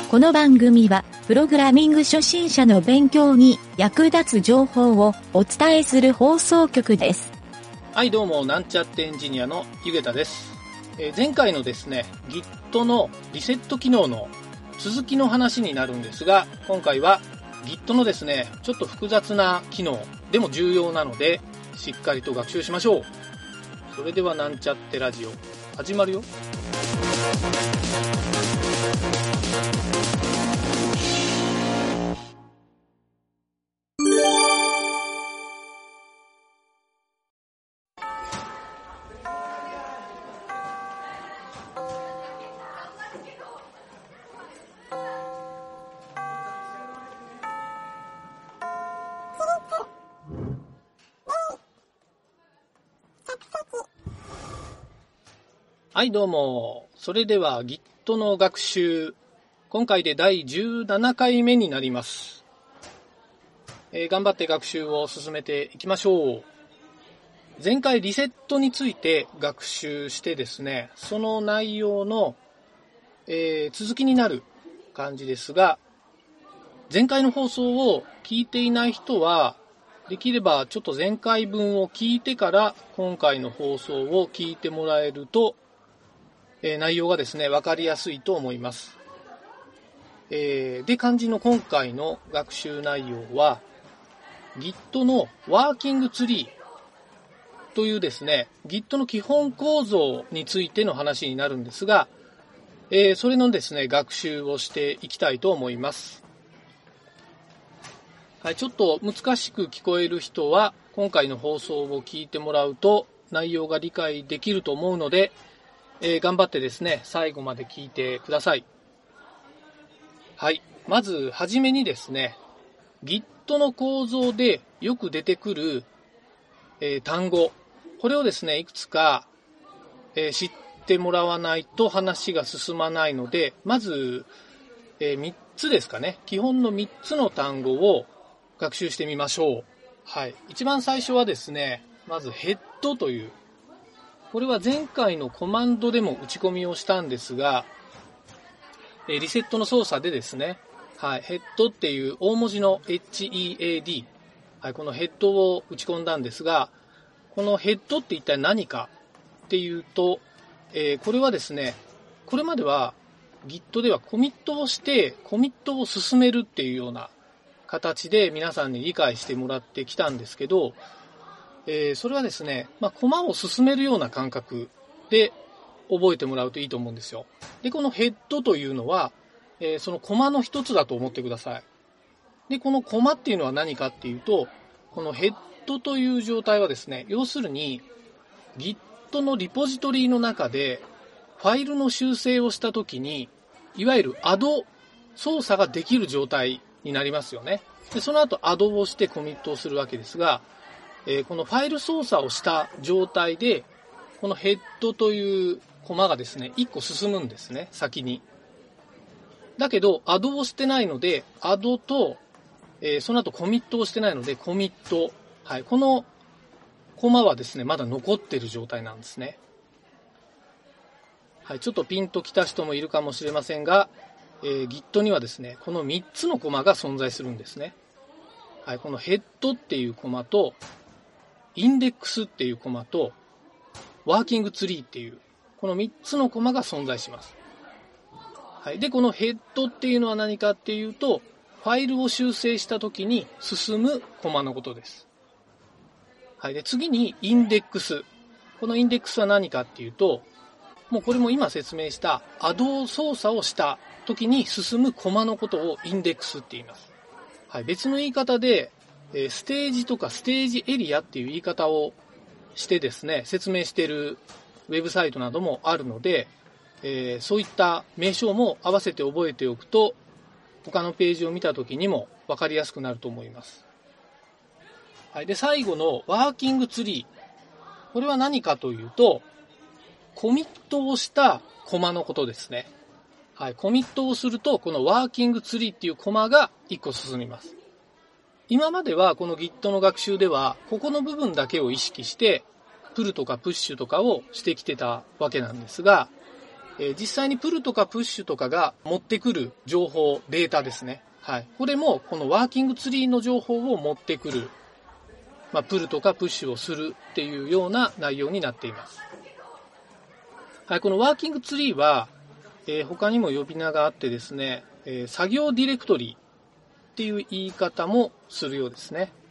この番組は、プログラミング初心者の勉強に役立つ情報をお伝えする放送局です。 はい、どうも、なんちゃってエンジニアのゆげたです。前回のですね、Git のリセット機能の続きの話になるんですが、今回は Git のですね、ちょっと複雑な機能でも重要なので、しっかりと学習しましょう。それではなんちゃってラジオ、始まるよ。はい、どうも。それでは Git の学習、今回で第17回目になります。頑張って学習を進めていきましょう。前回リセットについて学習してですね、その内容の、続きになる感じですが、前回の放送を聞いていない人は、できればちょっと前回分を聞いてから今回の放送を聞いてもらえると、内容がですね、わかりやすいと思います。で、肝心の今回の学習内容は、Git のワーキングツリーというですね、Git の基本構造についての話になるんですが、それのですね、学習をしていきたいと思います。はい、ちょっと難しく聞こえる人は、今回の放送を聞いてもらうと内容が理解できると思うので、頑張ってですね、最後まで聞いてください。はい。まず、はじめにですね、Git の構造でよく出てくる、単語。これをですね、いくつか、知ってもらわないと話が進まないので、まず、3つですかね。基本の3つの単語を学習してみましょう。はい。一番最初はですね、まずヘッドという、これは前回のコマンドでも打ち込みをしたんですが、リセットの操作でですね、はい、ヘッドっていう大文字の HEAD、はい、このヘッドを打ち込んだんですが、このヘッドって一体何かっていうと、これはですね、これまでは Git ではコミットをしてコミットを進めるっていうような形で皆さんに理解してもらってきたんですけど、それはですね、コマを進めるような感覚で覚えてもらうといいと思うんですよ。で、このヘッドというのは、そのコマの一つだと思ってください。で、このコマっていうのは何かっていうと、このヘッドという状態はですね、要するに Git のリポジトリの中でファイルの修正をしたときに、いわゆるアド操作ができる状態になりますよね。で、その後アドをしてコミットをするわけですが、このファイル操作をした状態で、このヘッドというコマがですね、1個進むんですね、先に。だけど、アドをしてないので、アドと、その後コミットをしてないので、コミット。はい、このコマはですね、まだ残っている状態なんですね。はい、ちょっとピンときた人もいるかもしれませんが、Git にはですね、この3つのコマが存在するんですね。はい、このヘッドっていうコマと、インデックスっていうコマと、ワーキングツリーっていう、この3つのコマが存在します。はい。で、このヘッドっていうのは何かっていうと、ファイルを修正した時に進むコマのことです。はい。で、次にインデックス。このインデックスは何かっていうと、もうこれも今説明したアド操作をした時に進むコマのことをインデックスって言います。はい。別の言い方で、ステージとかステージエリアっていう言い方をしてですね、説明しているウェブサイトなどもあるので、そういった名称も合わせて覚えておくと、他のページを見た時にも分かりやすくなると思います。はい。で、最後のワーキングツリー。これは何かというと、コミットをしたコマのことですね。はい。コミットをすると、このワーキングツリーっていうコマが1個進みます。今まではこの Git の学習では、ここの部分だけを意識して、プルとかプッシュとかをしてきてたわけなんですが、 実際にプルとかプッシュとかが持ってくる情報、データですね。はい。これもこのワーキングツリーの情報を持ってくる、プルとかプッシュをするっていうような内容になっています。はい。このワーキングツリーは、他にも呼び名があってですね、作業ディレクトリっていう言い方もするようですね。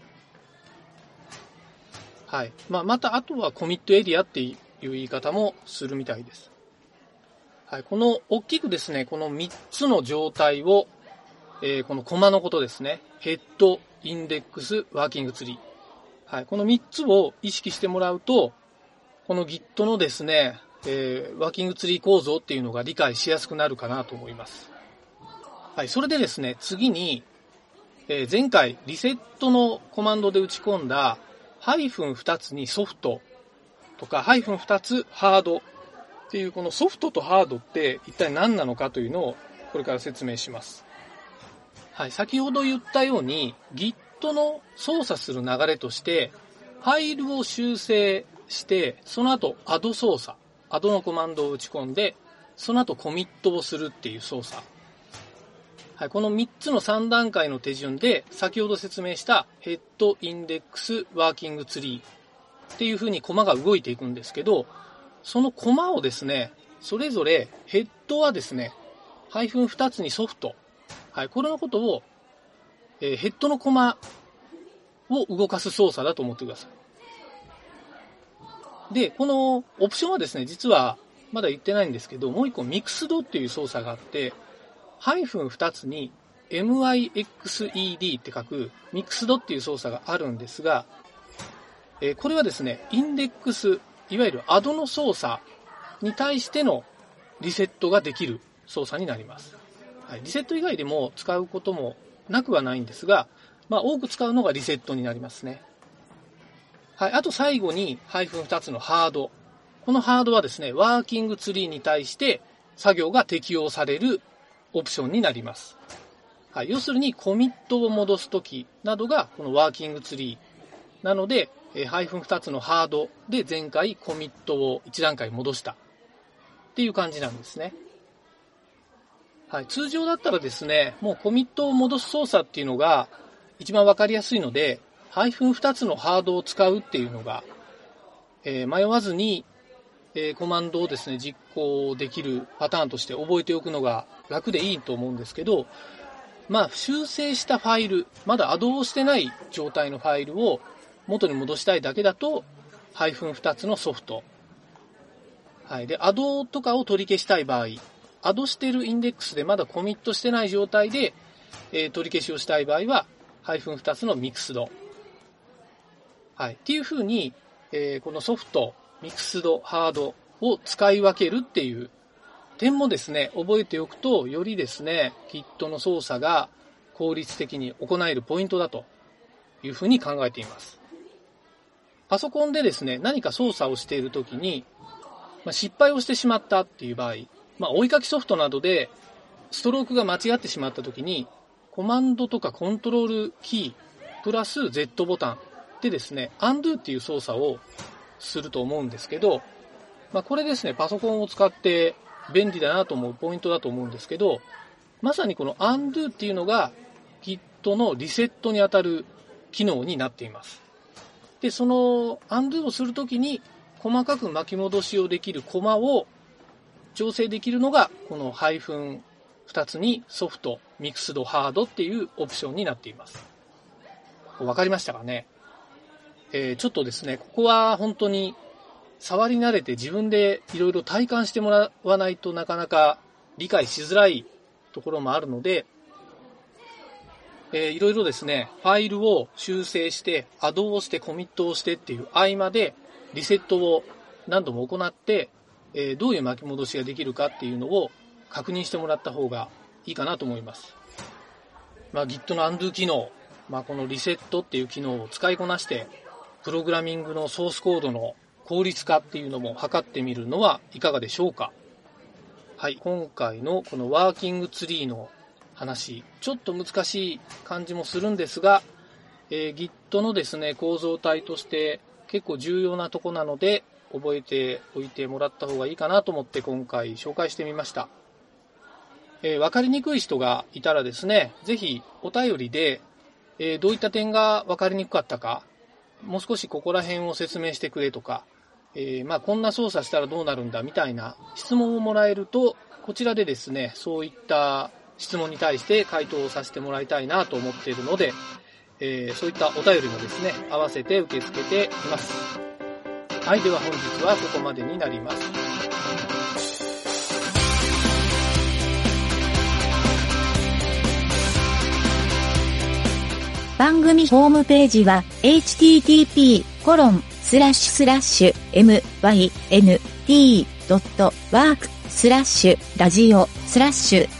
はい。またあとはコミットエリアっていう言い方もするみたいです。はい。この大きくですね、この3つの状態を、このコマのことですね。ヘッド、インデックス、ワーキングツリー。はい。この3つを意識してもらうと、この Git のですね、ワーキングツリー構造っていうのが理解しやすくなるかなと思います。はい。それでですね、次に、前回リセットのコマンドで打ち込んだ-2つにソフトとか-2つハードっていうこのソフトとハードって一体何なのかというのをこれから説明します。はい、先ほど言ったように Git の操作する流れとしてファイルを修正してその後 add 操作、add のコマンドを打ち込んでその後コミットをするっていう操作。はい、この3つの3段階の手順で先ほど説明したヘッド、インデックス、ワーキングツリーっていう風にコマが動いていくんですけど、そのコマをですね、それぞれヘッドはですね、-2つにソフト。はい、これのことを、ヘッドのコマを動かす操作だと思ってください。で、このオプションはですね、実はまだ言ってないんですけど、もう一個ミクスドっていう操作があって、-2つに mixed って書くミックスドっていう操作があるんですが、これはですね、インデックス、いわゆる add の操作に対してのリセットができる操作になります。はい、リセット以外でも使うこともなくはないんですが、多く使うのがリセットになりますね。はい、あと最後に-2つのハード。このハードはですね、ワーキングツリーに対して作業が適用されるオプションになります。はい、要するにコミットを戻すときなどがこのワーキングツリーなので、-2つのハードで前回コミットを1段階戻したっていう感じなんですね。はい、通常だったらですね、もうコミットを戻す操作っていうのが一番わかりやすいので、-2つのハードを使うっていうのが、迷わずに、コマンドをですね、実行できるパターンとして覚えておくのが楽でいいと思うんですけど、修正したファイル、まだ add をしてない状態のファイルを元に戻したいだけだと、-2つのソフト。はい。で、add とかを取り消したい場合、add してるインデックスでまだコミットしてない状態で、取り消しをしたい場合は、-2つのミクスド。はい。っていう風に、このソフト、ミクスド、ハードを使い分けるっていう点もですね、覚えておくと、よりですね、Git の操作が効率的に行えるポイントだというふうに考えています。パソコンでですね、何か操作をしているときに、失敗をしてしまったっていう場合、追いかきソフトなどでストロークが間違ってしまったときに、コマンドとかコントロールキープラス Z ボタンでですね、undo っていう操作をすると思うんですけど、これですね、パソコンを使って便利だなと思うポイントだと思うんですけど、まさにこの undo っていうのが Git のリセットにあたる機能になっています。で、その undo をするときに細かく巻き戻しをできるコマを調整できるのがこの-2つにソフト、ミクスド、ハードっていうオプションになっています。わかりましたかね？ちょっとですね、ここは本当に触り慣れて自分でいろいろ体感してもらわないとなかなか理解しづらいところもあるので、いろいろですね、ファイルを修正して、add をして、コミットをしてっていう合間でリセットを何度も行って、どういう巻き戻しができるかっていうのを確認してもらった方がいいかなと思います。Git の undo 機能、このリセットっていう機能を使いこなして、プログラミングのソースコードの効率化っていうのも測ってみるのはいかがでしょうか。はい、今回のこのワーキングツリーの話、ちょっと難しい感じもするんですが、Git のですね、構造体として結構重要なとこなので、 覚えておいてもらった方がいいかなと思って今回紹介してみました。わかりにくい人がいたらですね、ぜひお便りで、どういった点がわかりにくかったか、もう少しここら辺を説明してくれとか、こんな操作したらどうなるんだみたいな質問をもらえると、こちらでですね、そういった質問に対して回答をさせてもらいたいなと思っているので、そういったお便りもですね、合わせて受け付けています。はい、では本日はここまでになります。 番組ホームページは http://myn.t.work/ラジオ/